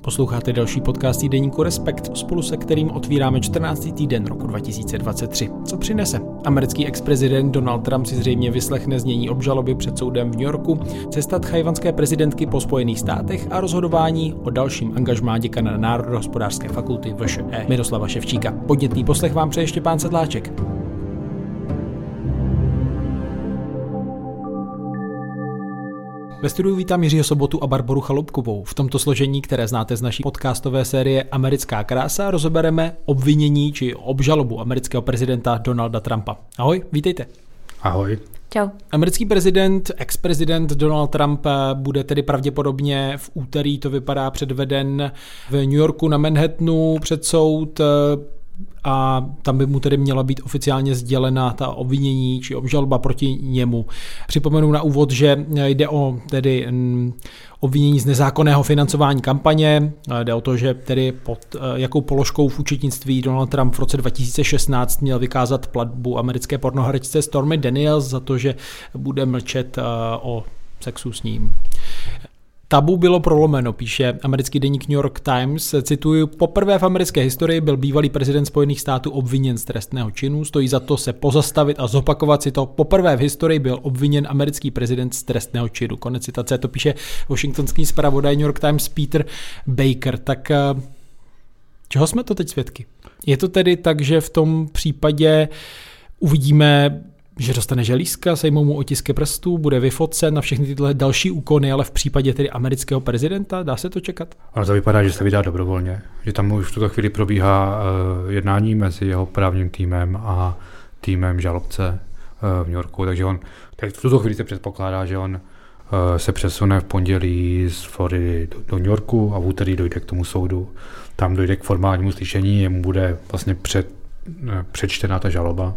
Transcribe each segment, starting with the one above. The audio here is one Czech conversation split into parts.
Posloucháte další podcast týdeníku Respekt, spolu se kterým otvíráme 14. týden roku 2023. Co přinese? Americký ex-prezident Donald Trump si zřejmě vyslechne znění obžaloby před soudem v New Yorku, cesta tchajwanské prezidentky po Spojených státech a rozhodování o dalším angažmá děkana Národohospodářské fakulty VŠE Miroslava Ševčíka. Podnětný poslech vám přeje Štěpán Sedláček. Ve studiu vítám Jiřího Sobotu a Barboru Chaloupkovou. V tomto složení, které znáte z naší podcastové série Americká krása, rozebereme obvinění či obžalobu amerického prezidenta Donalda Trumpa. Ahoj, vítejte. Ahoj. Čau. Americký prezident, ex-prezident Donald Trump bude tedy pravděpodobně v úterý, to vypadá, předveden v New Yorku na Manhattanu před soud a tam by mu tedy měla být oficiálně sdělena ta obvinění či obžaloba proti němu. Připomenu na úvod, že jde o tedy obvinění z nezákonného financování kampaně. Jde o to, že tedy pod jakou položkou v účetnictví Donald Trump v roce 2016 měl vykázat platbu americké pornoherečce Stormy Daniels za to, že bude mlčet o sexu s ním. Tabu bylo prolomeno, píše americký deník New York Times. Cituji, poprvé v americké historii byl bývalý prezident Spojených států obviněn z trestného činu. Stojí za to se pozastavit a zopakovat si to. Poprvé v historii byl obviněn americký prezident z trestného činu. Konec citace, to píše washingtonský zpravodaj New York Times Peter Baker. Tak čeho jsme to teď svědky? Je to tedy tak, že v tom případě uvidíme, že dostane želízka, sejmou mu otisky prstů, bude vyfocen na všechny tyhle další úkony, ale v případě tedy amerického prezidenta, dá se to čekat? Ale to vypadá, že se vydá dobrovolně, že tam už v tuto chvíli probíhá jednání mezi jeho právním týmem a týmem žalobce v New Yorku, takže on v tuto chvíli se předpokládá, že on se přesune v pondělí z Floridy do New Yorku a v úterý dojde k tomu soudu. Tam dojde k formálnímu slyšení, jemu bude vlastně přečtená ta žaloba.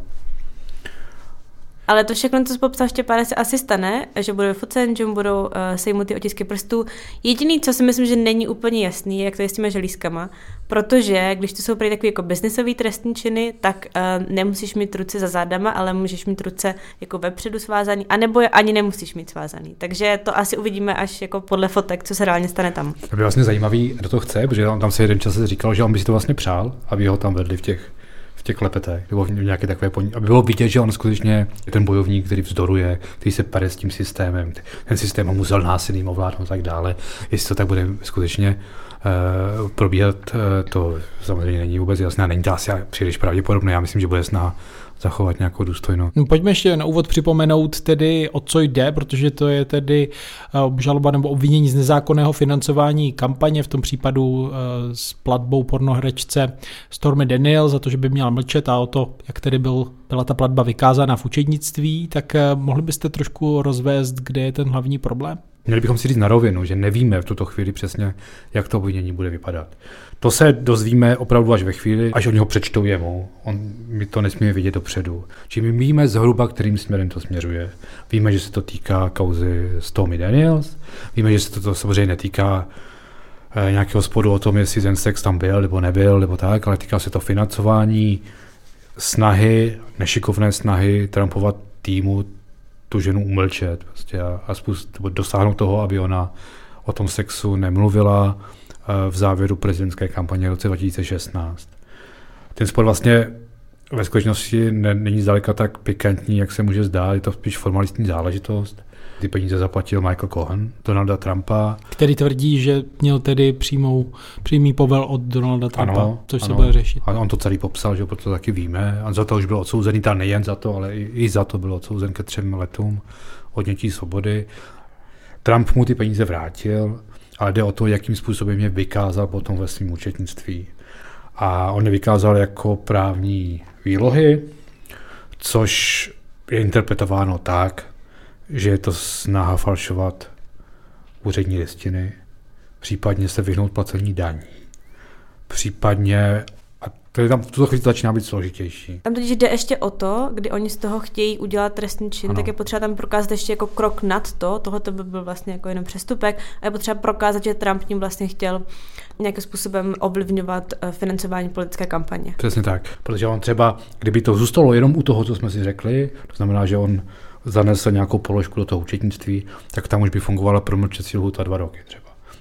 Ale to všechno, co jsi popsal, Štěpáne, se asi stane, že bude vyfocen, že mu budou sejmuty otisky prstů. Jediný, co si myslím, že není úplně jasný, je, jak to je s těma želízkama, protože když to jsou prý takový jako biznesový trestní činy, tak nemusíš mít ruce za zádama, ale můžeš mít ruce jako vepředu svázaný, anebo je ani nemusíš mít svázaný. Takže to asi uvidíme až jako podle fotek, co se reálně stane tam. To by vlastně zajímavý, kdo to chce, protože on tam se jeden čas říkal, že on by si to vlastně přál, aby ho tam vedli v těch klepetech, nebo v nějaké takové aby bylo vidět, že on skutečně je ten bojovník, který vzdoruje, který se pere s tím systémem, ten systém ho musel násilím ovládnout a tak dále. Jestli to tak bude skutečně probíhat, to samozřejmě není vůbec jasné, není to asi příliš pravděpodobné, já myslím, že bude snaha zachovat nějakou důstojnost. No, pojďme ještě na úvod připomenout tedy, o co jde, protože to je tedy obžaloba nebo obvinění z nezákonného financování kampaně, v tom případu s platbou pornoherečce Stormy Daniels za to, že by měla mlčet a o to, jak tedy byla ta platba vykázána v účetnictví, tak mohli byste trošku rozvést, kde je ten hlavní problém? Měli bychom si říct na rovinu, že nevíme v tuto chvíli přesně, jak to obvinění bude vypadat. To se dozvíme opravdu až ve chvíli, až oni ho přečtou jemu. My to nesmíme vidět dopředu. Čili my víme zhruba, kterým směrem to směřuje. Víme, že se to týká kauzy Stormy Daniels. Víme, že se to samozřejmě netýká nějakého sporu o tom, jestli ten sex tam byl nebo nebyl, nebo tak, ale týká se to financování, nešikovné snahy Trumpova týmu tu ženu umlčet prostě a dosáhnout toho, aby ona o tom sexu nemluvila v závěru prezidentské kampaně v roce 2016. Ten spor vlastně ve skutečnosti není zdaleka tak pikantní, jak se může zdát, je to spíš formalistní záležitost. Ty peníze zaplatil Michael Cohen, Donalda Trumpa. Který tvrdí, že měl tedy přímý povel od Donalda Trumpa, ano, což se bude řešit. A on to celý popsal, že proto taky víme. A za to už byl odsouzený, nejen za to, ale i za to byl odsouzen ke 3 letům odnětí svobody. Trump mu ty peníze vrátil, ale jde o to, jakým způsobem je vykázal potom ve svém účetnictví. A on je vykázal jako právní výlohy, což je interpretováno tak, že je to snaha falšovat úřední listiny, případně se vyhnout placení daní, případně, a to je tam v tuto chvíli začíná být složitější. Tam totiž jde ještě o to, kdy oni z toho chtějí udělat trestný čin, tak je potřeba tam prokázat ještě jako krok nad to, tohoto by byl vlastně jako jenom přestupek, a je potřeba prokázat, že Trump tím vlastně chtěl nějakým způsobem ovlivňovat financování politické kampaně. Přesně tak, protože on třeba, kdyby to zůstalo jenom u toho, co jsme si řekli, to znamená, že on zanesl nějakou položku do toho účetnictví, tak tam už by fungovala promlčecí lhůta 2 roky třeba.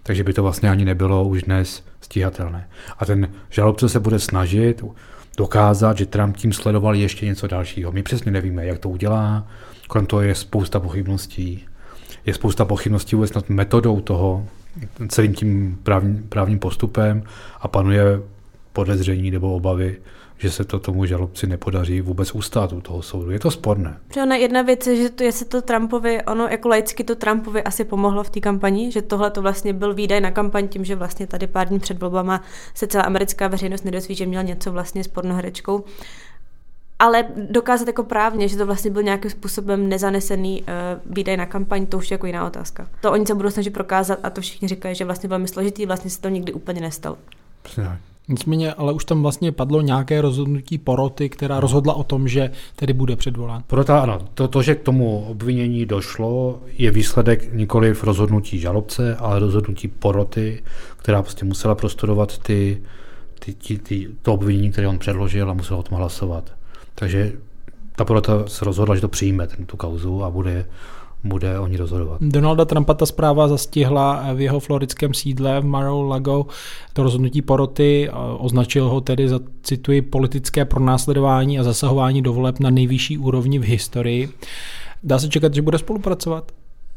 Takže by to vlastně ani nebylo už dnes stíhatelné. A ten žalobce se bude snažit dokázat, že Trump tím sledoval ještě něco dalšího. My přesně nevíme, jak to udělá. Kolem toho je spousta pochybností. Je spousta pochybností vůbec nad metodou toho, celým tím právním postupem a panuje podezření nebo obavy, že se to tomu žalobci nepodaří vůbec ustát u toho soudu. Je to sporné. Jedna věc je, že jestli to Trumpovi, ono jako laicky to Trumpovi asi pomohlo v té kampani, že tohle to vlastně byl výdaj na kampaň tím, že vlastně tady pár dní před volbama se celá americká veřejnost nedozví, že měl něco vlastně s pornoherečkou. Ale dokázat jako právně, že to vlastně byl nějakým způsobem nezanesený výdaj na kampaň, to už je jako jiná otázka. To oni se budou snažit prokázat a to všichni říkají, že vlastně velmi složitý, vlastně se to nikdy úplně nestalo. Nicméně, ale už tam vlastně padlo nějaké rozhodnutí poroty, která rozhodla o tom, že tedy bude předvolán. Porota, ano. To, že k tomu obvinění došlo, je výsledek nikoli v rozhodnutí žalobce, ale rozhodnutí poroty, která prostě musela prostudovat to obvinění, které on předložil a musela o tom hlasovat. Takže ta porota se rozhodla, že to přijme, tu kauzu a bude o ní rozhodovat. Donalda Trumpa ta zpráva zastihla v jeho floridském sídle v Mar-a-Lago. To rozhodnutí poroty označil ho tedy za, cituji, politické pronásledování a zasahování do voleb na nejvyšší úrovni v historii. Dá se čekat, že bude spolupracovat?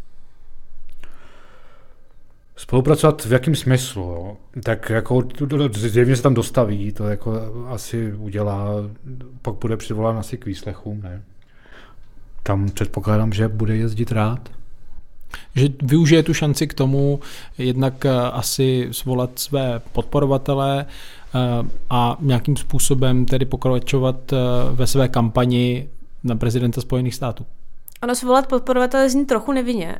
Spolupracovat v jakém smyslu? Jo? Tak jako zjevně se tam dostaví, to jako asi udělá, pak bude přivolán asi k výslechům, ne? Tam předpokládám, že bude jezdit rád. Že využije tu šanci k tomu jednak asi svolat své podporovatele a nějakým způsobem tedy pokračovat ve své kampani na prezidenta Spojených států. Ono svolat podporovatele zní trochu nevinně,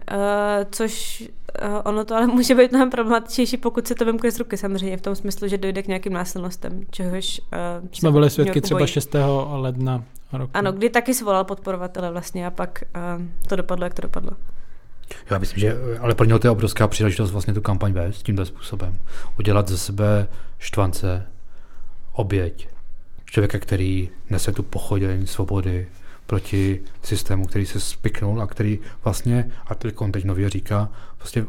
což ono to ale může být mnohem problematičnější, pokud se to vymkne z ruky samozřejmě, v tom smyslu, že dojde k nějakým násilnostem, čehož jsme byli svědky třeba 6. ledna roku. Ano, kdy taky svolal podporovatele vlastně a pak to dopadlo, jak to dopadlo. Já myslím, že ale pro něho to je obrovská příležitost vlastně tu kampaň vést tímto způsobem. Udělat ze sebe štvance, oběť, člověka, který nese tu pochodeň svobody proti systému, který se spiknul a který vlastně, a teď nově říká, vlastně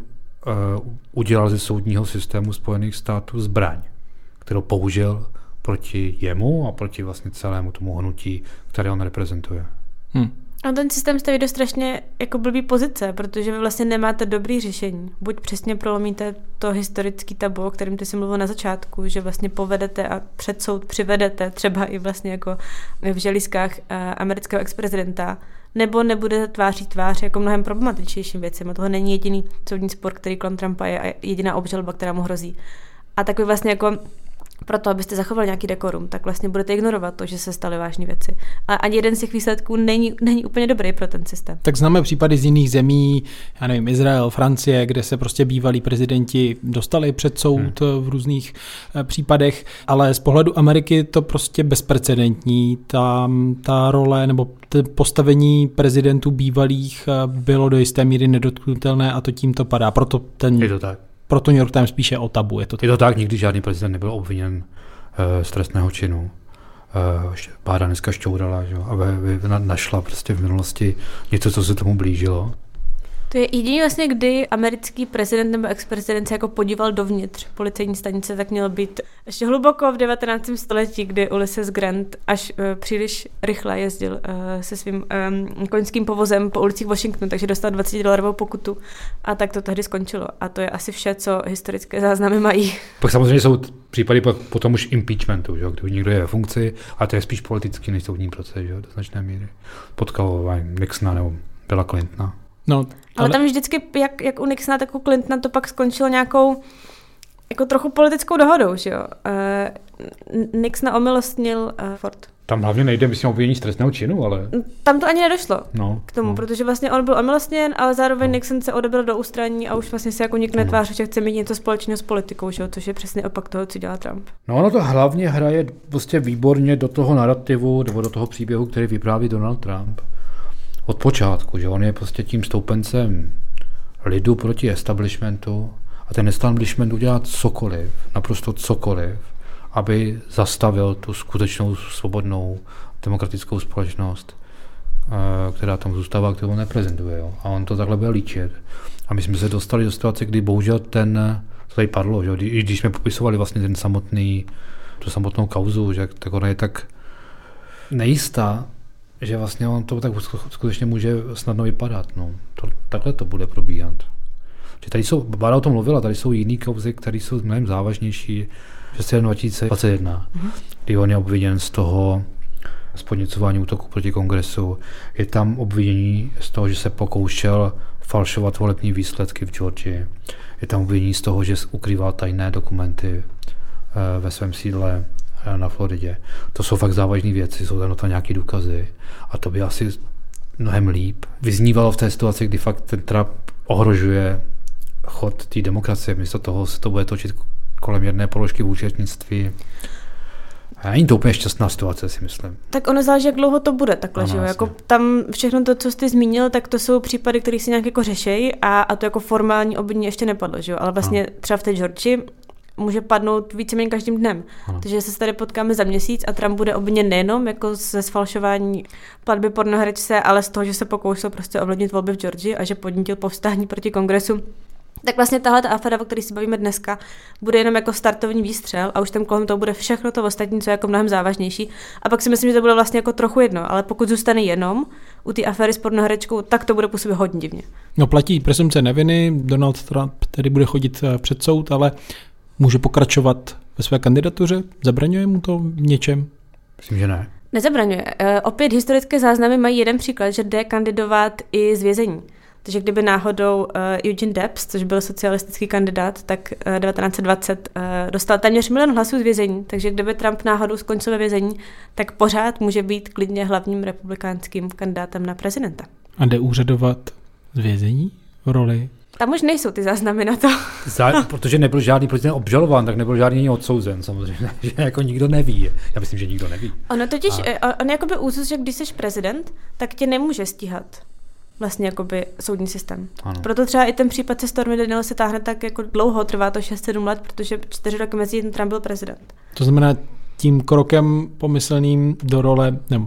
udělal ze soudního systému Spojených států zbraň, kterou použil proti jemu a proti vlastně celému tomu hnutí, které on reprezentuje. A ten systém staví do strašně jako blbý pozice, protože vy vlastně nemáte dobrý řešení. Buď přesně prolomíte to historický tabu, o kterém ty jsi mluvil na začátku, že vlastně povedete a před soud přivedete třeba i vlastně jako v želiskách amerického ex-prezidenta, nebo nebudete tváří tvář jako mnohem problematičnějším věcem. A tohle není jediný soudní spor, který kolem Trumpa je a jediná obžaloba, která mu hrozí. A takový vlastně jako proto, abyste zachovali nějaký dekorum, tak vlastně budete ignorovat to, že se staly vážné věci. A ani jeden z těch výsledků není úplně dobrý pro ten systém. Tak známe případy z jiných zemí, já nevím, Izrael, Francie, kde se prostě bývalí prezidenti dostali před soud v různých případech, ale z pohledu Ameriky to prostě bezprecedentní. Ta role nebo postavení prezidentů bývalých bylo do jisté míry nedotknutelné a to tím to padá. Je to tak. Proto New York Times píše o tabu. Je to tak, nikdy žádný prezident nebyl obviněn z trestného činu. Vláda dneska šťourala, že? A našla prostě v minulosti něco, co se tomu blížilo. To je jediný vlastně, kdy americký prezident nebo ex-prezident se jako podíval dovnitř policejní stanice, tak měl být ještě hluboko v 19. století, kdy Ulysses Grant až příliš rychle jezdil se svým koňským povozem po ulicích Washingtonu, takže dostal $20 pokutu a tak to tehdy skončilo. A to je asi vše, co historické záznamy mají. Pak samozřejmě jsou případy potom už impeachmentu, že? Kdy někdo je ve funkci, a to je spíš politický než soudní proces, že? Do značné míry. Potkal Nixona nebo Billa Clintona. No, ale tam vždycky, jak u Nixona, tak u Clintona to pak skončilo nějakou jako trochu politickou dohodou, že jo. Nixona omilostnil Ford. Tam hlavně nejde, myslím, o obvinění z trestného činu, ale... Tam to ani nedošlo k tomu, protože vlastně on byl omilostněn, ale zároveň Nixon se odebral do ústraní a už vlastně se jako nikdo netváří, že chce mít něco společného s politikou, že jo, což je přesně opak toho, co dělá Trump. No ono to hlavně hraje prostě výborně do toho narrativu nebo do toho příběhu, který vypráví Donald Trump. Od počátku, že on je prostě tím stoupencem lidu proti establishmentu a ten establishment udělá cokoliv, naprosto cokoliv, aby zastavil tu skutečnou svobodnou demokratickou společnost, která tam zůstává, kterou on neprezentuje. Jo. A on to takhle bude líčit. A my jsme se dostali do situace, kdy bohužel ten to tady padlo, že? I když jsme popisovali vlastně tu samotnou kauzu, že tak ona je tak nejistá, že vlastně on to tak skutečně může snadno vypadat. No. Takhle to bude probíhat. Že tady Bára o tom mluvila, tady jsou jiný kauzy, které jsou mnohem závažnější, že se 2021, kdy on je obviněn z toho podněcování útoku proti kongresu. Je tam obvinění z toho, že se pokoušel falšovat volební výsledky v Georgii. Je tam obvinění z toho, že ukrýval tajné dokumenty ve svém sídle na Floridě. To jsou fakt závažné věci, jsou tam na to nějaké důkazy. A to by asi mnohem líp vyznívalo v té situaci, kdy fakt ten Trump ohrožuje chod té demokracie. Místo toho se to bude točit kolem jedné položky v účetnictví. A není to úplně šťastná situace, si myslím. Tak ono záleží, jak dlouho to bude takhle, že jo? Jako tam všechno to, co jsi zmínil, tak to jsou případy, které se nějak jako řešejí a to jako formální obvinění ještě nepadlo, že jo? Ale vlastně třeba v té Georgii může padnout víceméně každým dnem. Takže se tady potkáme za měsíc a Trump bude obviněn nejenom jako ze sfalšování platby pornoherečce, ale z toho, že se pokoušel prostě ovlivnit volby v Georgii a že podnítil povstání proti kongresu. Tak vlastně tahle aféra, o které si bavíme dneska, bude jenom jako startovní výstřel a už tam kolem toho bude všechno to ostatní, co je jako mnohem závažnější. A pak si myslím, že to bude vlastně jako trochu jedno, ale pokud zůstane jenom u té aféry s pornoherečkou, tak to bude působit hodně divně. No platí presumpce neviny, Donald Trump tedy bude chodit před soud, ale může pokračovat ve své kandidatuře? Zabraňuje mu to v něčem? Myslím, že ne. Nezabraňuje. Opět historické záznamy mají jeden příklad, že jde kandidovat i z vězení. Takže kdyby náhodou Eugene Debs, což byl socialistický kandidát, tak 1920 dostal téměř 1 milion hlasů z vězení. Takže kdyby Trump náhodou skončil ve vězení, tak pořád může být klidně hlavním republikánským kandidátem na prezidenta. A jde úřadovat z vězení v roli? Tam už nejsou ty záznamy na to. Protože nebyl žádný prezident obžalován, tak nebyl žádný odsouzen samozřejmě, že jako nikdo neví. Já myslím, že nikdo neví. Ono totiž, on jakoby úzus, že když jsi prezident, tak tě nemůže stíhat vlastně jakoby soudní systém. Ano. Proto třeba i ten případ se Stormy Daniels se táhne tak jako dlouho, trvá to 6-7 let, protože 4 roky mezi Trump byl prezident. To znamená tím krokem pomyslným do role, nebo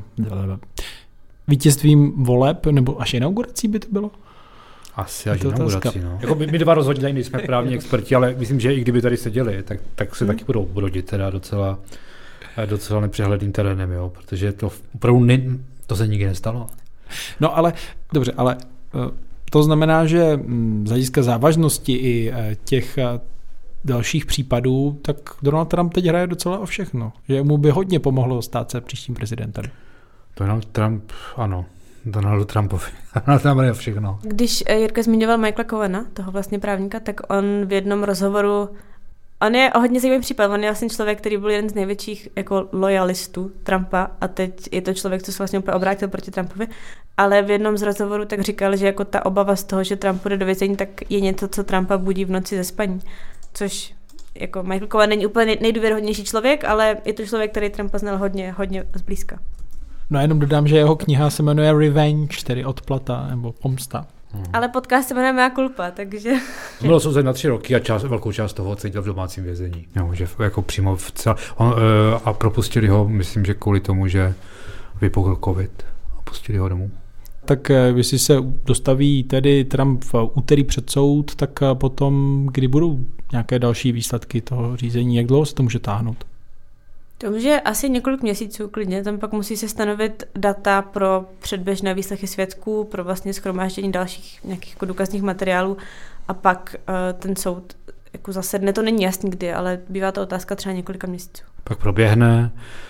vítězstvím voleb, nebo až inaugurací by to bylo? Asi až inaugurací, no. Jako my dva rozhodně tady nejsme právní experti, ale myslím, že i kdyby tady seděli, tak se taky budou brodit teda docela nepřehledným terénem, jo, protože to opravdu to se nikdy nestalo. No ale, dobře, ale to znamená, že z hlediska závažnosti i těch dalších případů, tak Donald Trump teď hraje docela o všechno. Že mu by hodně pomohlo stát se příštím prezidentem. Donald Trump, ano. Donaldu Trumpovi. Donald Trump hraje o všechno. Když Jirka zmiňoval Michaela Cohena, toho vlastně právníka, tak on v jednom rozhovoru on je hodně zajímavý případ. On je vlastně člověk, který byl jeden z největších jako lojalistů Trumpa a teď je to člověk, co se vlastně úplně obrátil proti Trumpovi, ale v jednom z rozhovorů tak říkal, že jako ta obava z toho, že Trump půjde do vězení, tak je něco, co Trumpa budí v noci ze spaní. Což jako Michael Cohen není úplně nejdůvěryhodnější člověk, ale je to člověk, který Trumpa znal hodně zblízka. No jenom dodám, že jeho kniha se jmenuje Revenge, tedy odplata nebo pomsta. Ale podcast se jmenuje Mea culpa, takže... Byl odsouzen na 3 roky a velkou část toho odseděl v domácím vězení. Jo, že jako přímo a propustili ho, myslím, že kvůli tomu, že vypukl covid a pustili ho domů. Tak jestli se dostaví tedy Trump v úterý před soud, tak potom, kdy budou nějaké další výsledky toho řízení, jak dlouho se to může táhnout? To může asi několik měsíců klidně, tam pak musí se stanovit data pro předběžné výslechy svědků, pro vlastně shromáždění dalších nějakých jako důkazních materiálů a pak ten soud jako zasedne, to není jasný kdy, ale bývá to otázka třeba několika měsíců. Pak proběhne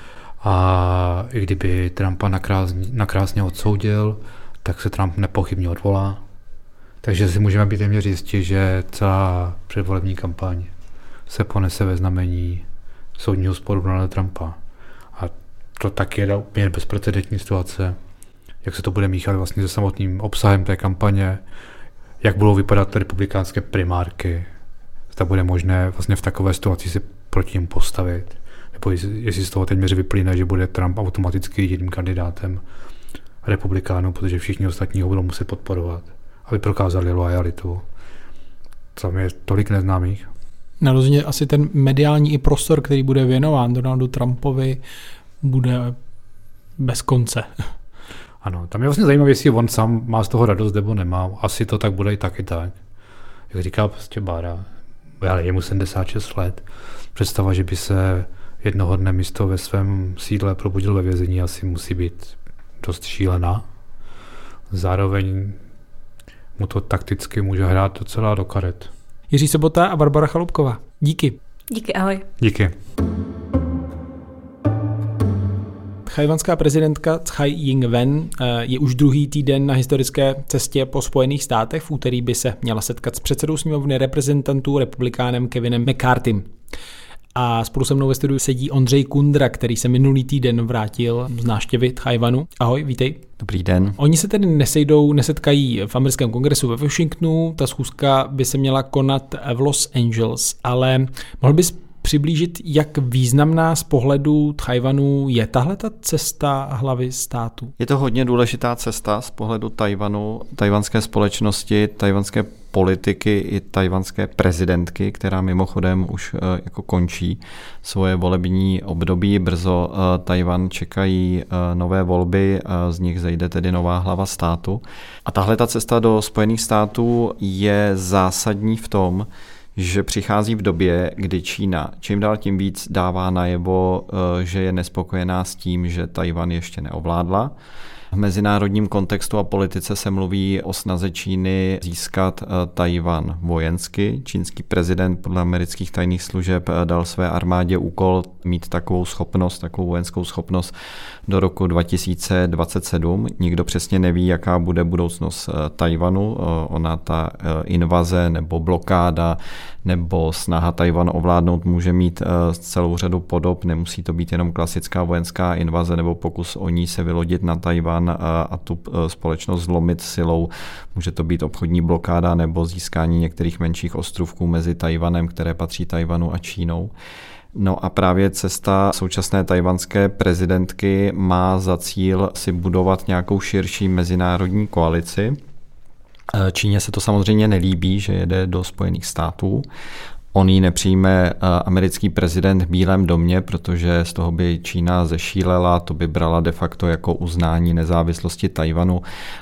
a i kdyby Trumpa nakrásně odsoudil, tak se Trump nepochybně odvolá. Takže si můžeme být téměř jistí, že celá předvolební kampaň se ponese ve znamení soudního sporu Donalda Trumpa. A to taky je úplně bezprecedentní situace, jak se to bude míchat vlastně se samotným obsahem té kampaně, jak budou vypadat republikánské primárky, zda bude možné vlastně v takové situaci si proti ním postavit, nebo jestli z toho teď vyplyne, že bude Trump automaticky jediným kandidátem republikánů, protože všichni ostatní ho budou muset podporovat, aby prokázali loajalitu. Tam je tolik neznámých. Na rozdíl asi ten mediální i prostor, který bude věnován Donaldu Trumpovi, bude bez konce. Ano, tam je vlastně zajímavé, jestli on sám má z toho radost nebo nemá. Asi to tak bude i tak. Jak říká prostě Bára, Ale je mu 76 let. Představa, že by se jednoho dne místo ve svém sídle probudil ve vězení, asi musí být dost šílená. Zároveň mu to takticky může hrát docela do karet. Jiří Sobota a Barbara Chalupková. Díky. Díky, ahoj. Díky. Tchajwanská prezidentka Tsai Ing-wen je už druhý týden na historické cestě po Spojených státech. V úterý by se měla setkat s předsedou sněmovny reprezentantů republikánem Kevinem McCarthym. A spolu se mnou ve studiu sedí Ondřej Kundra, který se minulý týden vrátil z návštěvy Tchajwanu. Ahoj, vítej. Dobrý den. Oni se tedy nesetkají v americkém kongresu ve Washingtonu, ta schůzka by se měla konat v Los Angeles, ale mohl bys přiblížit, jak významná z pohledu Tchajwanu je tahle ta cesta hlavy státu? Je to hodně důležitá cesta z pohledu Tchajwanu, tchajwanské společnosti, tchajwanské politiky i tchajwanské prezidentky, která mimochodem už jako končí svoje volební období. Brzo Tchajwan čekají nové volby, z nich zejde tedy nová hlava státu. A tahle ta cesta do Spojených států je zásadní v tom, že přichází v době, kdy Čína čím dál tím víc dává najevo, že je nespokojená s tím, že Tchajwan ještě neovládla. V mezinárodním kontextu a politice se mluví o snaze Číny získat Tchajwan vojensky. Čínský prezident podle amerických tajných služeb dal své armádě úkol mít takovou schopnost, takovou vojenskou schopnost do roku 2027. Nikdo přesně neví, jaká bude budoucnost Tchajwanu. Ona ta invaze nebo blokáda nebo snaha Tchajwan ovládnout může mít celou řadu podob. Nemusí to být jenom klasická vojenská invaze nebo pokus o ní se vylodit na Tchajwan a tu společnost zlomit silou. Může to být obchodní blokáda nebo získání některých menších ostrovků mezi Tchajwanem, které patří Tchajwanu, a Čínou. No a právě cesta současné tchajwanské prezidentky má za cíl si budovat nějakou širší mezinárodní koalici. Číně se to samozřejmě nelíbí, že jede do Spojených států. On ji nepřijme americký prezident v Bílém domě, protože z toho by Čína zešílela, to by brala de facto jako uznání nezávislosti Tchajwanu.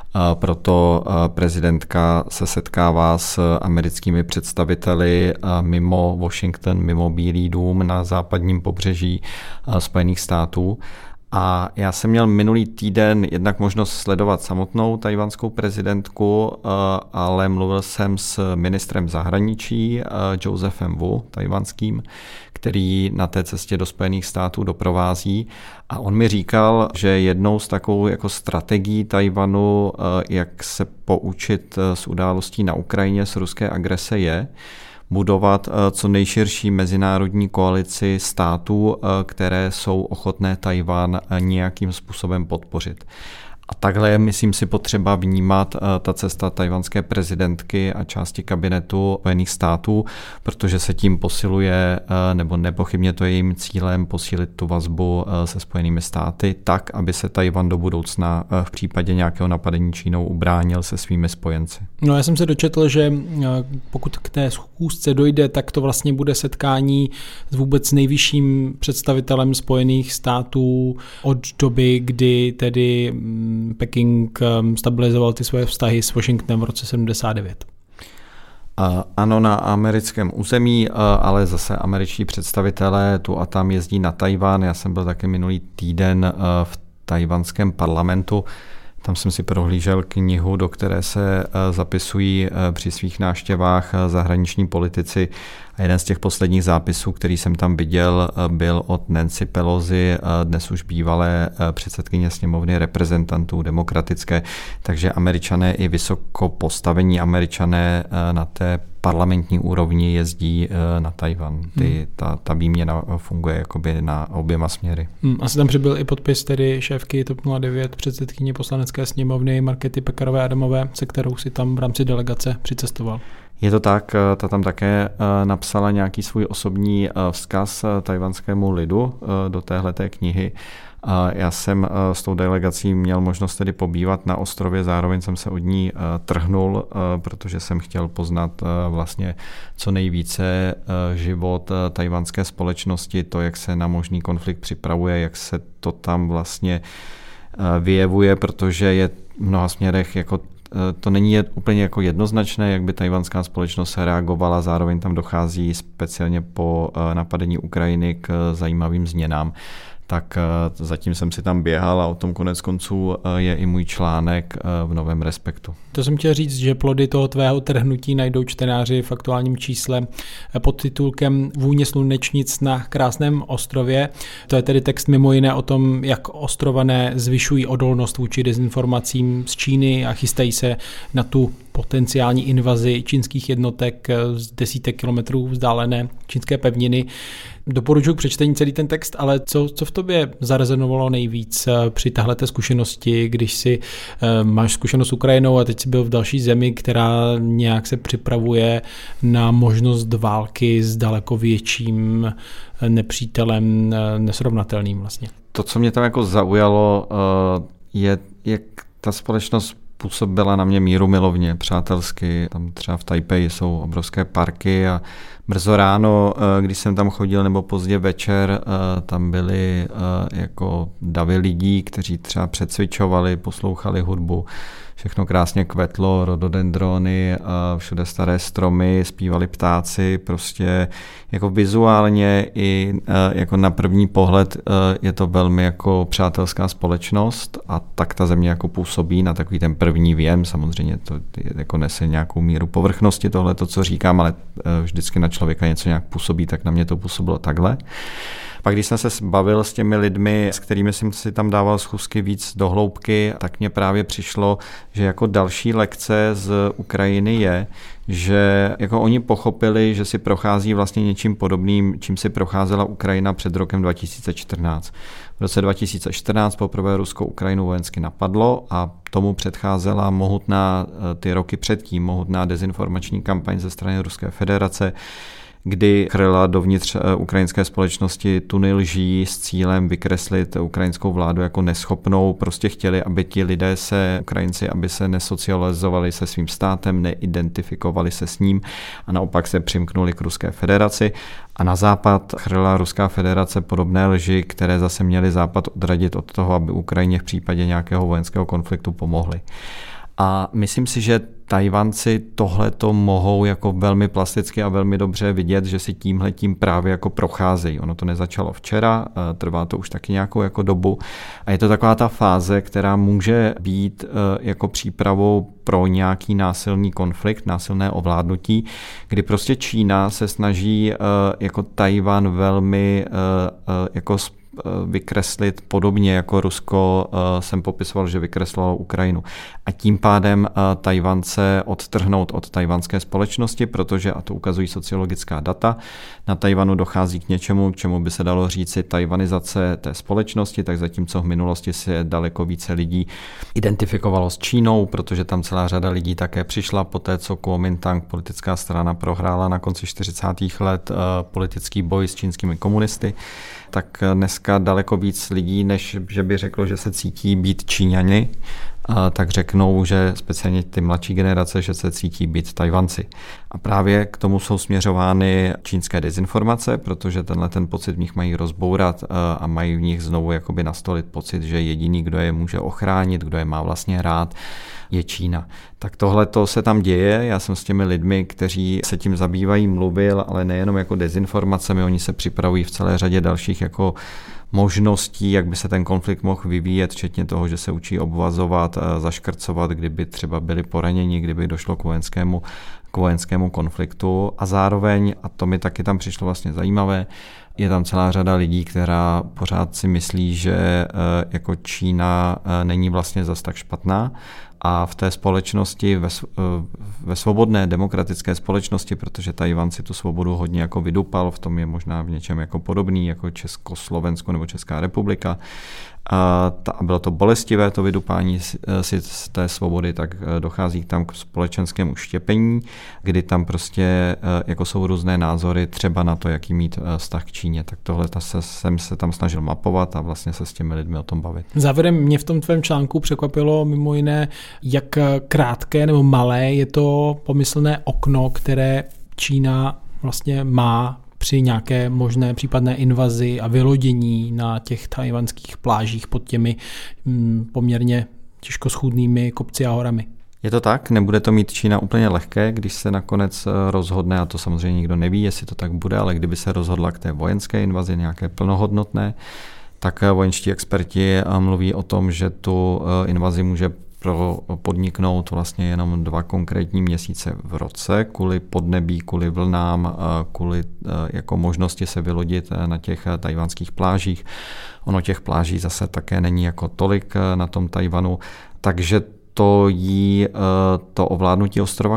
Proto prezidentka se setkává s americkými představiteli mimo Washington, mimo Bílý dům na západním pobřeží Spojených států. A já jsem měl minulý týden jednak možnost sledovat samotnou tchajwanskou prezidentku, ale mluvil jsem s ministrem zahraničí Josephem Wu, tchajwanským, který na té cestě do Spojených států doprovází. A on mi říkal, že jednou z takovou jako strategií Tchajwanu, jak se poučit z událostí na Ukrajině, z ruské agrese, je budovat co nejširší mezinárodní koalici států, které jsou ochotné Tchajwan nějakým způsobem podpořit. A takhle je, myslím si, potřeba vnímat ta cesta tchajwanské prezidentky a části kabinetu Spojených států, protože se tím posiluje, nebo nepochybně to je jejím cílem, posílit tu vazbu se Spojenými státy tak, aby se Tchajwan do budoucna v případě nějakého napadení Čínou ubránil se svými spojenci. No, já jsem se dočetl, že pokud k té schůzce dojde, tak to vlastně bude setkání s vůbec nejvyšším představitelem Spojených států od doby, kdy tedy Peking stabilizoval ty svoje vztahy s Washingtonem v roce 79. Ano, na americkém území, ale zase američtí představitelé tu a tam jezdí na Tchajwan. Já jsem byl taky minulý týden v tchajwanském parlamentu. Tam jsem si prohlížel knihu, do které se zapisují při svých návštěvách zahraniční politici. A jeden z těch posledních zápisů, který jsem tam viděl, byl od Nancy Pelosi, dnes už bývalé předsedkyně sněmovny reprezentantů demokratické. Takže Američané i vysoko postavení Američané na té parlamentní úrovni jezdí na Tchajwan. Ta výměna funguje jakoby na oběma směry. Asi tam přibyl i podpis tedy šéfky TOP 09, předsedkyně poslanecké sněmovny Markéty Pekarové Adamové, se kterou si tam v rámci delegace přicestoval. Je to tak, ta tam také napsala nějaký svůj osobní vzkaz tchajwanskému lidu do téhleté knihy. Já jsem s tou delegací měl možnost tedy pobývat na ostrově, zároveň jsem se od ní trhnul, protože jsem chtěl poznat vlastně co nejvíce život tchajwanské společnosti, to, jak se na možný konflikt připravuje, jak se to tam vlastně vyjevuje, protože je v mnoha směrech jako to není úplně jako jednoznačné, jak by tajvanská společnost reagovala, zároveň tam dochází speciálně po napadení Ukrajiny k zajímavým změnám. Tak zatím jsem si tam běhal a o tom konec konců je i můj článek v Novém Respektu. To jsem chtěl říct, že plody toho tvého trhnutí najdou čtenáři v aktuálním čísle pod titulkem Vůně slunečnic na krásném ostrově. To je tedy text mimo jiné o tom, jak Ostrované zvyšují odolnost vůči dezinformacím z Číny a chystají se na tu potenciální invazi čínských jednotek z desítek kilometrů vzdálené čínské pevniny. Doporučuji k přečtení celý ten text, ale co v tobě zarezonovalo nejvíc při téhleté zkušenosti, když si máš zkušenost s Ukrajinou a teď si byl v další zemi, která nějak se připravuje na možnost války s daleko větším nepřítelem, nesrovnatelným vlastně. To, co mě tam jako zaujalo, je, jak ta společnost působila na mě mírumilovně, přátelsky. Tam třeba v Taipei jsou obrovské parky a brzo ráno, když jsem tam chodil, nebo pozdě večer, tam byly jako davy lidí, kteří třeba přecvičovali, poslouchali hudbu. Všechno krásně kvetlo, rododendrony, všude staré stromy, zpívali ptáci, prostě jako vizuálně i jako na první pohled je to velmi jako přátelská společnost a tak ta země jako působí na takový ten první věm. Samozřejmě to jako nese nějakou míru povrchnosti tohle, to, co říkám, ale vždycky na člověka něco nějak působí, tak na mě to působilo takhle. Pak když jsem se bavil s těmi lidmi, s kterými jsem si tam dával schůzky víc do hloubky, tak mně právě přišlo, že jako další lekce z Ukrajiny je, že jako oni pochopili, že si prochází vlastně něčím podobným, čím si procházela Ukrajina před rokem 2014. V roce 2014 poprvé Rusko Ukrajinu vojensky napadlo a tomu předcházela mohutná, ty roky předtím, mohutná dezinformační kampaň ze strany Ruské federace, kdy chrlila dovnitř ukrajinské společnosti tuny lží s cílem vykreslit ukrajinskou vládu jako neschopnou. Prostě chtěli, aby ti lidé Ukrajinci, aby se nesocializovali se svým státem, neidentifikovali se s ním a naopak se přimknuli k Ruské federaci. A na západ chrlila Ruská federace podobné lži, které zase měly západ odradit od toho, aby Ukrajině v případě nějakého vojenského konfliktu pomohli. A myslím si, že Tajvanci tohleto mohou jako velmi plasticky a velmi dobře vidět, že si tímhletím právě jako procházejí. Ono to nezačalo včera, trvá to už taky nějakou jako dobu a je to taková ta fáze, která může být jako přípravou pro nějaký násilný konflikt, násilné ovládnutí, kdy prostě Čína se snaží jako Tajvan velmi jako vykreslit podobně jako Rusko jsem popisoval, že vykreslilo Ukrajinu. A tím pádem Tajvance odtrhnout od tajvanské společnosti, protože, a to ukazují sociologická data, na Tajvanu dochází k něčemu, k čemu by se dalo říci tajvanizace té společnosti, tak zatímco v minulosti se daleko více lidí identifikovalo s Čínou, protože tam celá řada lidí také přišla po té, co Kuomintang, politická strana, prohrála na konci 40. let politický boj s čínskými komunisty, tak dneska daleko víc lidí, než že by řeklo, že se cítí být Číňani, tak řeknou, že speciálně ty mladší generace, že se cítí být Tajvanci. A právě k tomu jsou směřovány čínské dezinformace, protože ten pocit v nich mají rozbourat a mají v nich znovu jakoby nastolit pocit, že jediný, kdo je může ochránit, kdo je má vlastně rád, je Čína. Tak tohle to se tam děje, já jsem s těmi lidmi, kteří se tím zabývají, mluvil, ale nejenom jako dezinformacemi, oni se připravují v celé řadě dalších jako možností, jak by se ten konflikt mohl vyvíjet, včetně toho, že se učí obvazovat, zaškrcovat, kdyby třeba byli poraněni, kdyby došlo k vojenskému konfliktu. A zároveň, a to mi taky tam přišlo vlastně zajímavé, je tam celá řada lidí, která pořád si myslí, že jako Čína není vlastně zas tak špatná. A v té společnosti, ve svobodné demokratické společnosti, protože Tajvan si tu svobodu hodně jako vydupal, v tom je možná v něčem jako podobný, jako Československo nebo Česká republika. A bylo to bolestivé, to vydupání si z té svobody, tak dochází tam k společenskému štěpení, kdy tam prostě jako jsou různé názory třeba na to, jaký mít vztah k Číně. Tak tohle jsem se tam snažil mapovat a vlastně se s těmi lidmi o tom bavit. Závěrem mě v tom tvém článku překvapilo mimo jiné, jak krátké nebo malé je to pomyslné okno, které Čína vlastně má při nějaké možné případné invazi a vylodění na těch tajvanských plážích pod těmi poměrně těžko schůdnými kopci a horami. Je to tak, nebude to mít Čína úplně lehké, když se nakonec rozhodne, a to samozřejmě nikdo neví, jestli to tak bude, ale kdyby se rozhodla k té vojenské invazi nějaké plnohodnotné, tak vojenští experti mluví o tom, že tu invazi může podniknout vlastně jenom 2 konkrétní měsíce v roce, kvůli podnebí, kvůli vlnám, kvůli jako možnosti se vylodit na těch tajvanských plážích. Ono těch pláží zase také není jako tolik na tom Tajvanu, takže to jí to ovládnutí ostrova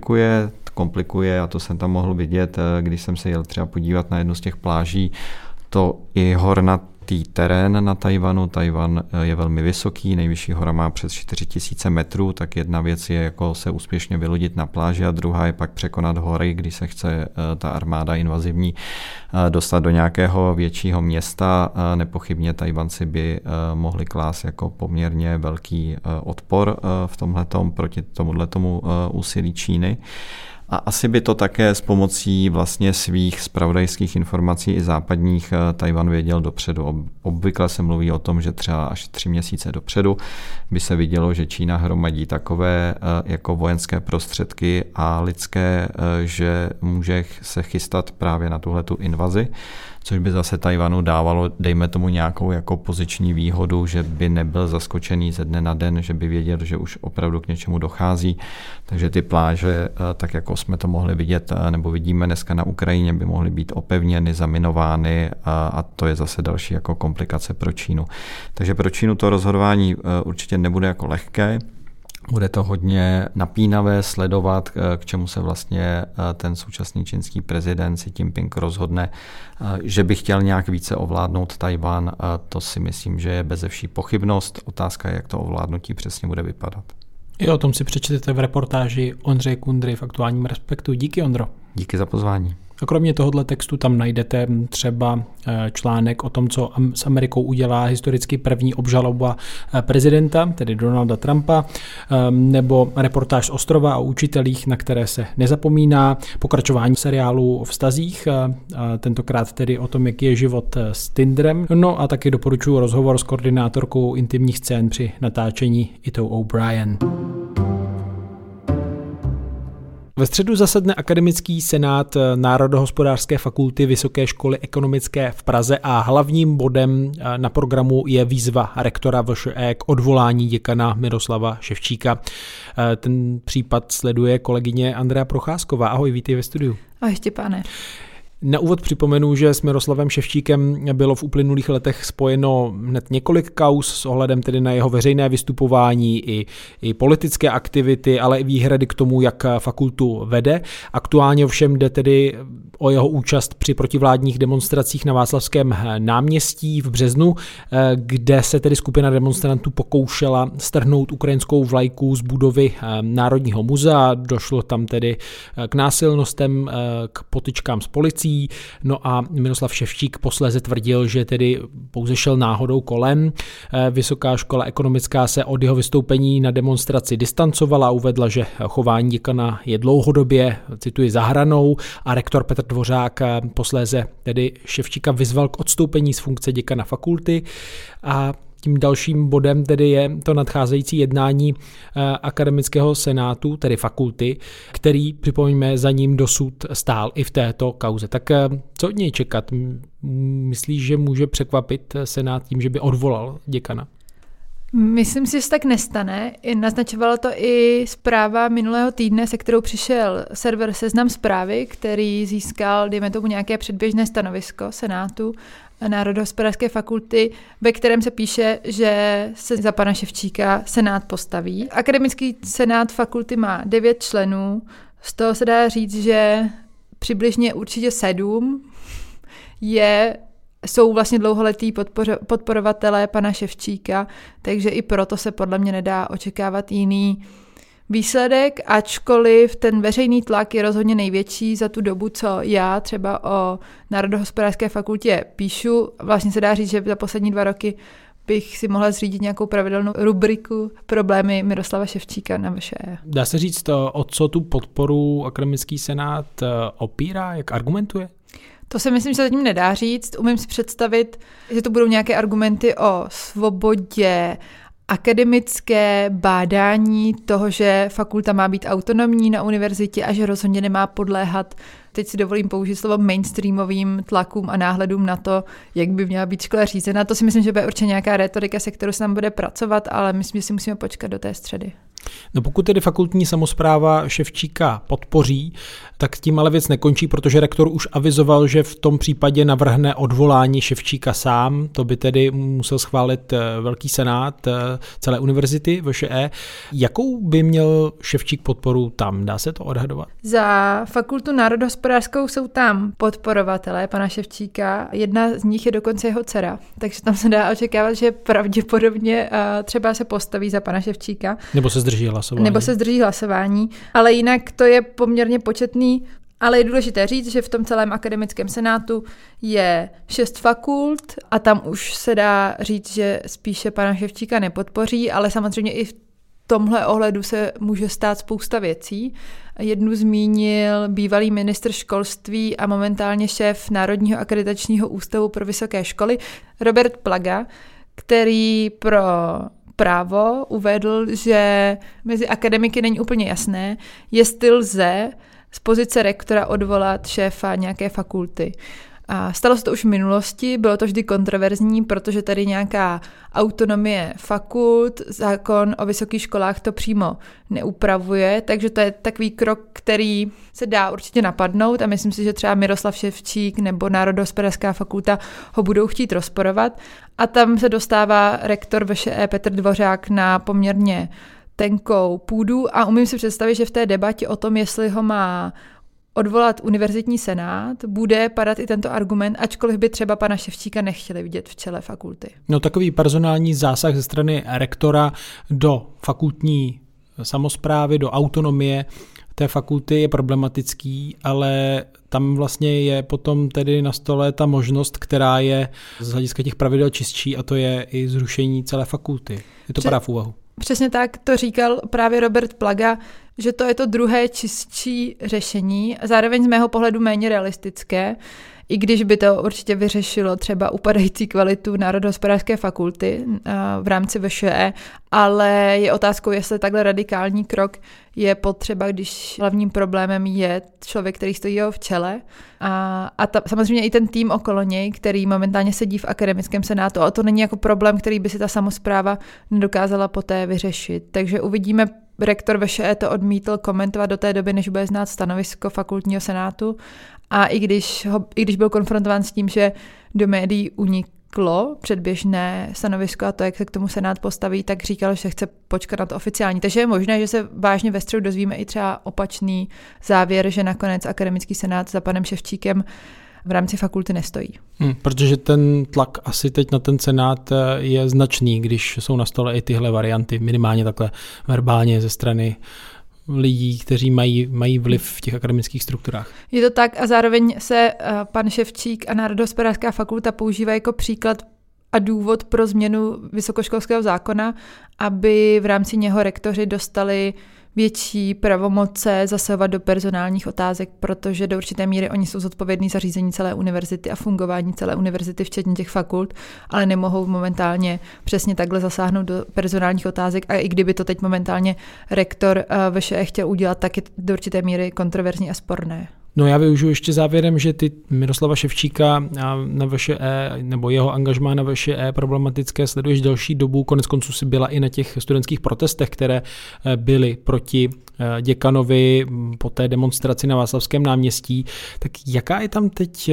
komplikuje, a to jsem tam mohl vidět, když jsem se jel třeba podívat na jednu z těch pláží, to i hornatý terén na Tajvanu. Tajvan je velmi vysoký, nejvyšší hora má přes 4000 metrů, tak jedna věc je jako se úspěšně vylodit na pláži a druhá je pak překonat hory, když se chce ta armáda invazivní dostat do nějakého většího města. Nepochybně Tajvanci by mohli klást jako poměrně velký odpor v tomhletom proti tomuhletomu úsilí Číny. A asi by to také s pomocí vlastně svých zpravodajských informací i západních Tajvan věděl dopředu. Obvykle se mluví o tom, že třeba až 3 měsíce dopředu by se vidělo, že Čína hromadí takové jako vojenské prostředky a lidské, že může se chystat právě na tuhletu invazi, což by zase Tajvanu dávalo, dejme tomu, nějakou jako poziční výhodu, že by nebyl zaskočený ze dne na den, že by věděl, že už opravdu k něčemu dochází. Takže ty pláže, tak jako jsme to mohli vidět, nebo vidíme dneska na Ukrajině, by mohly být opevněny, zaminovány a to je zase další jako komplikace pro Čínu. Takže pro Čínu to rozhodování určitě nebude jako lehké. Bude to hodně napínavé sledovat, k čemu se vlastně ten současný čínský prezident Xi Jinping rozhodne, že by chtěl nějak více ovládnout Tajvan. To si myslím, že je bezevší pochybnost. Otázka je, jak to ovládnutí přesně bude vypadat. I o tom si přečtete v reportáži Ondřeje Kundry v Aktuálním Respektu. Díky, Ondro. Díky za pozvání. A kromě tohohle textu tam najdete třeba článek o tom, co s Amerikou udělá historicky první obžaloba prezidenta, tedy Donalda Trumpa, nebo reportáž z ostrova o učitelích, na které se nezapomíná, pokračování seriálu o vztazích, tentokrát tedy o tom, jaký je život s Tinderem. No a taky doporučuji rozhovor s koordinátorkou intimních scén při natáčení Itou O'Brien. Ve středu zasedne Akademický senát Národohospodářské fakulty Vysoké školy ekonomické v Praze a hlavním bodem na programu je výzva rektora VŠE k odvolání děkana Miroslava Ševčíka. Ten případ sleduje kolegyně Andrea Procházková. Ahoj, vítej ve studiu. Ahoj, Štěpáne. Na úvod připomenu, že s Miroslavem Ševčíkem bylo v uplynulých letech spojeno hned několik kauz s ohledem tedy na jeho veřejné vystupování i politické aktivity, ale i výhrady k tomu, jak fakultu vede. Aktuálně ovšem jde tedy o jeho účast při protivládních demonstracích na Václavském náměstí v březnu, kde se tedy skupina demonstrantů pokoušela strhnout ukrajinskou vlajku z budovy Národního muzea. Došlo tam tedy k násilnostem, k potyčkám s policií. No a Miroslav Ševčík posléze tvrdil, že tedy pouze šel náhodou kolem. Vysoká škola ekonomická se od jeho vystoupení na demonstraci distancovala a uvedla, že chování děkana je dlouhodobě, cituji, za hranou, a rektor Petr Dvořák posléze tedy Ševčíka vyzval k odstoupení z funkce děkana fakulty a tím dalším bodem tedy je to nadcházející jednání Akademického senátu, tedy fakulty, který, připomeňme, za ním dosud stál i v této kauze. Tak co od něj čekat? Myslíš, že může překvapit senát tím, že by odvolal děkana? Myslím si, že se tak nestane. Naznačovala to i zpráva minulého týdne, se kterou přišel server Seznam Zprávy, který získal, dejme tomu, nějaké předběžné stanovisko senátu Národohospodářské fakulty, ve kterém se píše, že se za pana Ševčíka senát postaví. Akademický senát fakulty má 9 členů, z toho se dá říct, že přibližně určitě 7 jsou vlastně dlouholetí podporovatelé pana Ševčíka, takže i proto se podle mě nedá očekávat jiný výsledek, ačkoliv ten veřejný tlak je rozhodně největší za tu dobu, co já třeba o Národohospodářské fakultě píšu. Vlastně se dá říct, že za poslední 2 roky bych si mohla zřídit nějakou pravidelnou rubriku problémy Miroslava Ševčíka na VŠE. Dá se říct, o co tu podporu Akademický senát opírá, jak argumentuje? To si myslím, že se zatím nedá říct. Umím si představit, že to budou nějaké argumenty o svobodě akademické bádání toho, že fakulta má být autonomní na univerzitě a že rozhodně nemá podléhat, teď si dovolím použít slovo, mainstreamovým tlakům a náhledům na to, jak by měla být škola řízena. To si myslím, že bude určitě nějaká retorika, se kterou se tam bude pracovat, ale myslím, že si musíme počkat do té středy. No pokud tedy fakultní samospráva Ševčíka podpoří, tak tím ale věc nekončí, protože rektor už avizoval, že v tom případě navrhne odvolání Ševčíka sám. To by tedy musel schválit velký senát celé univerzity VŠE. Jakou by měl Ševčík podporu tam? Dá se to odhadovat? Za fakultu národohospodářskou jsou tam podporovatelé pana Ševčíka. Jedna z nich je dokonce jeho dcera, takže tam se dá očekávat, že pravděpodobně třeba se postaví za pana Ševčíka. Nebo se zdrží hlasování. Ale jinak to je poměrně početný, ale je důležité říct, že v tom celém akademickém senátu je 6 fakult a tam už se dá říct, že spíše pana Ševčíka nepodpoří, ale samozřejmě i v tomhle ohledu se může stát spousta věcí. Jednu zmínil bývalý ministr školství a momentálně šéf Národního akreditačního ústavu pro vysoké školy Robert Plaga, který pro Právo uvedl, že mezi akademiky není úplně jasné, jestli lze z pozice rektora odvolat šéfa nějaké fakulty. A stalo se to už v minulosti, bylo to vždy kontroverzní, protože tady nějaká autonomie fakult, zákon o vysokých školách to přímo neupravuje, takže to je takový krok, který se dá určitě napadnout a myslím si, že třeba Miroslav Ševčík nebo Národohospodářská fakulta ho budou chtít rozporovat a tam se dostává rektor VŠE Petr Dvořák na poměrně tenkou půdu a umím si představit, že v té debatě o tom, jestli ho má odvolat univerzitní senát, bude padat i tento argument, ačkoliv by třeba pana Ševčíka nechtěli vidět v čele fakulty. No takový personální zásah ze strany rektora do fakultní samosprávy, do autonomie té fakulty je problematický, ale tam vlastně je potom tedy na stole ta možnost, která je z hlediska těch pravidel čistší a to je i zrušení celé fakulty. Je to padá v úvahu. Přesně tak to říkal právě Robert Plaga, že to je to druhé čistší řešení, zároveň z mého pohledu méně realistické, i když by to určitě vyřešilo třeba upadající kvalitu Národohospodářské fakulty v rámci VŠE, ale je otázkou, jestli takhle radikální krok je potřeba, když hlavním problémem je člověk, který stojí v čele a samozřejmě i ten tým okolo něj, který momentálně sedí v akademickém senátu, ale to není jako problém, který by si ta samospráva nedokázala poté vyřešit. Takže uvidíme. Rektor VŠE to odmítl komentovat do té doby, než bude znát stanovisko fakultního senátu a i když byl konfrontován s tím, že do médií uniklo předběžné stanovisko a to, jak se k tomu senát postaví, tak říkal, že chce počkat na to oficiální. Takže je možné, že se vážně ve středu dozvíme i třeba opačný závěr, že nakonec akademický senát za panem Ševčíkem v rámci fakulty nestojí. Protože ten tlak asi teď na ten senát je značný, když jsou na stole i tyhle varianty, minimálně takhle verbálně ze strany lidí, kteří mají vliv v těch akademických strukturách. Je to tak a zároveň se pan Ševčík a Národohospodářská fakulta používají jako příklad a důvod pro změnu vysokoškolského zákona, aby v rámci něho rektoři dostali větší pravomoce zasahovat do personálních otázek, protože do určité míry oni jsou zodpovědní za řízení celé univerzity a fungování celé univerzity, včetně těch fakult, ale nemohou momentálně přesně takhle zasáhnout do personálních otázek a i kdyby to teď momentálně rektor VŠE chtěl udělat, tak je do určité míry kontroverzní a sporné. No já využiju ještě závěrem, že ty Miroslava Ševčíka na VŠE nebo jeho angažmá na VŠE problematické sleduješ delší dobu, konec konců si byla i na těch studentských protestech, které byly proti děkanovi po té demonstraci na Václavském náměstí. Tak jaká je tam teď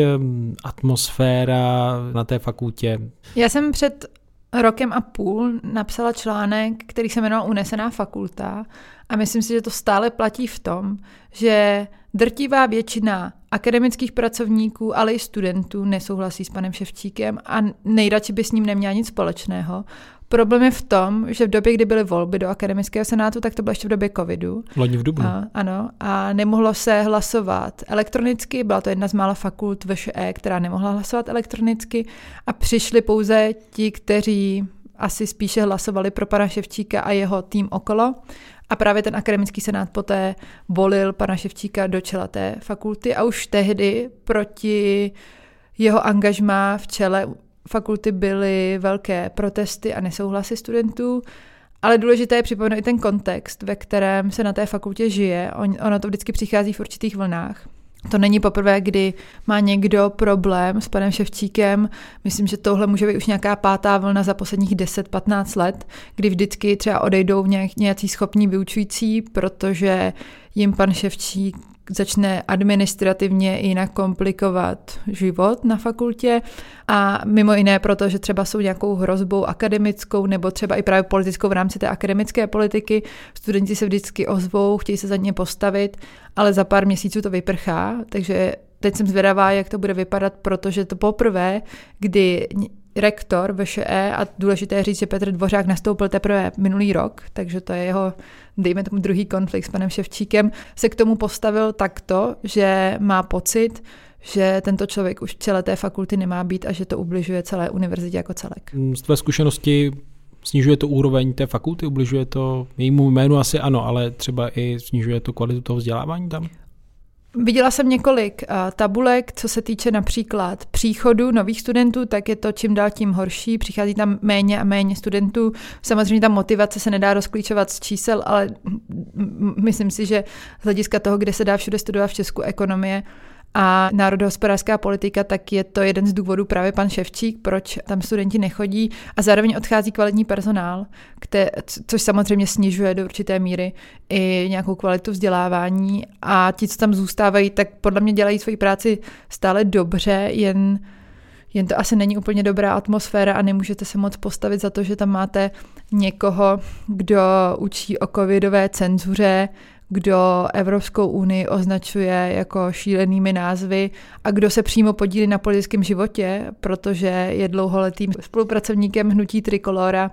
atmosféra na té fakultě? Já jsem před rokem a půl napsala článek, který se jmenoval Unesená fakulta a myslím si, že to stále platí v tom, že drtivá většina akademických pracovníků, ale i studentů nesouhlasí s panem Ševčíkem a nejradši by s ním neměla nic společného. Problém je v tom, že v době, kdy byly volby do akademického senátu, tak to bylo ještě v době covidu. Loni v dubnu. Ano, a nemohlo se hlasovat elektronicky, byla to jedna z mála fakult VŠE, která nemohla hlasovat elektronicky a přišli pouze ti, kteří asi spíše hlasovali pro pana Ševčíka a jeho tým okolo. A právě ten akademický senát poté volil pana Ševčíka do čela té fakulty a už tehdy proti jeho angažmá v čele fakulty byly velké protesty a nesouhlasy studentů, ale důležité je připomenout i ten kontext, ve kterém se na té fakultě žije. Ono to vždycky přichází v určitých vlnách. To není poprvé, kdy má někdo problém s panem Ševčíkem. Myslím, že tohle může být už nějaká 5. vlna za posledních 10-15 let, kdy vždycky třeba odejdou nějací schopní vyučující, protože jim pan Ševčík začne administrativně jinak komplikovat život na fakultě a mimo jiné proto, že třeba jsou nějakou hrozbou akademickou nebo třeba i právě politickou v rámci té akademické politiky. Studenti se vždycky ozvou, chtějí se za ně postavit, ale za pár měsíců to vyprchá, takže teď jsem zvědavá, jak to bude vypadat, protože to poprvé, kdy rektor VŠE, a důležité říct, že Petr Dvořák nastoupil teprve minulý rok, takže to je jeho, dejme tomu, druhý konflikt s panem Ševčíkem, se k tomu postavil takto, že má pocit, že tento člověk už v čele té fakulty nemá být a že to ubližuje celé univerzitě jako celek. Z tvé zkušenosti snižuje to úroveň té fakulty, ubližuje to jejímu jménu asi ano, ale třeba i snižuje to kvalitu toho vzdělávání tam? Viděla jsem několik tabulek, co se týče například příchodu nových studentů, tak je to čím dál tím horší, přichází tam méně a méně studentů. Samozřejmě ta motivace se nedá rozklíčovat z čísel, ale myslím si, že z hlediska toho, kde se dá všude studovat v Česku ekonomie a národohospodářská politika, tak je to jeden z důvodů právě pan Ševčík, proč tam studenti nechodí a zároveň odchází kvalitní personál, což samozřejmě snižuje do určité míry i nějakou kvalitu vzdělávání a ti, co tam zůstávají, tak podle mě dělají svoji práci stále dobře, jen to asi není úplně dobrá atmosféra a nemůžete se moc postavit za to, že tam máte někoho, kdo učí o covidové cenzuře, kdo Evropskou unii označuje jako šílenými názvy a kdo se přímo podílí na politickém životě, protože je dlouholetým spolupracovníkem hnutí Trikolora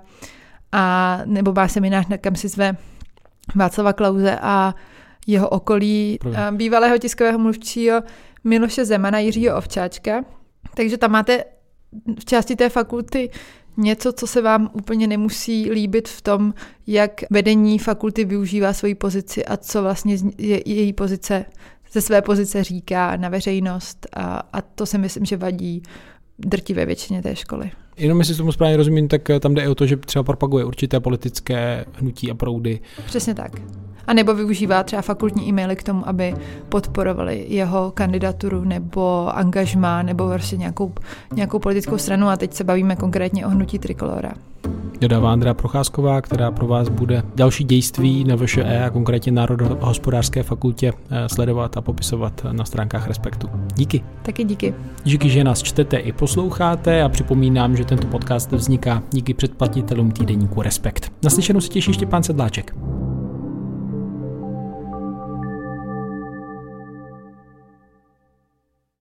a nebo má seminář, kam si zve Václava Klause a jeho okolí, bývalého tiskového mluvčího Miloše Zemana, Jiřího Ovčáčka. Takže tam máte v části té fakulty něco, co se vám úplně nemusí líbit v tom, jak vedení fakulty využívá svoji pozici a co vlastně její pozice, ze své pozice říká na veřejnost a to si myslím, že vadí drtivé většině té školy. Jenom jestli tomu správně rozumím, tak tam jde i o to, že třeba propaguje určité politické hnutí a proudy. Přesně tak. A nebo využívá třeba fakultní e-maily k tomu, aby podporovali jeho kandidaturu nebo angažmá nebo vlastně nějakou politickou stranu a teď se bavíme konkrétně o hnutí Trikolora. Dodává Andrea Procházková, která pro vás bude další dějství na VŠE a konkrétně Národohospodářské fakultě sledovat a popisovat na stránkách Respektu. Díky. Taky díky. Díky, že nás čtete i posloucháte a připomínám, že tento podcast vzniká díky předplatitelům týdeníku Respekt. Naslyšenou se těší Štěpán Sedláček.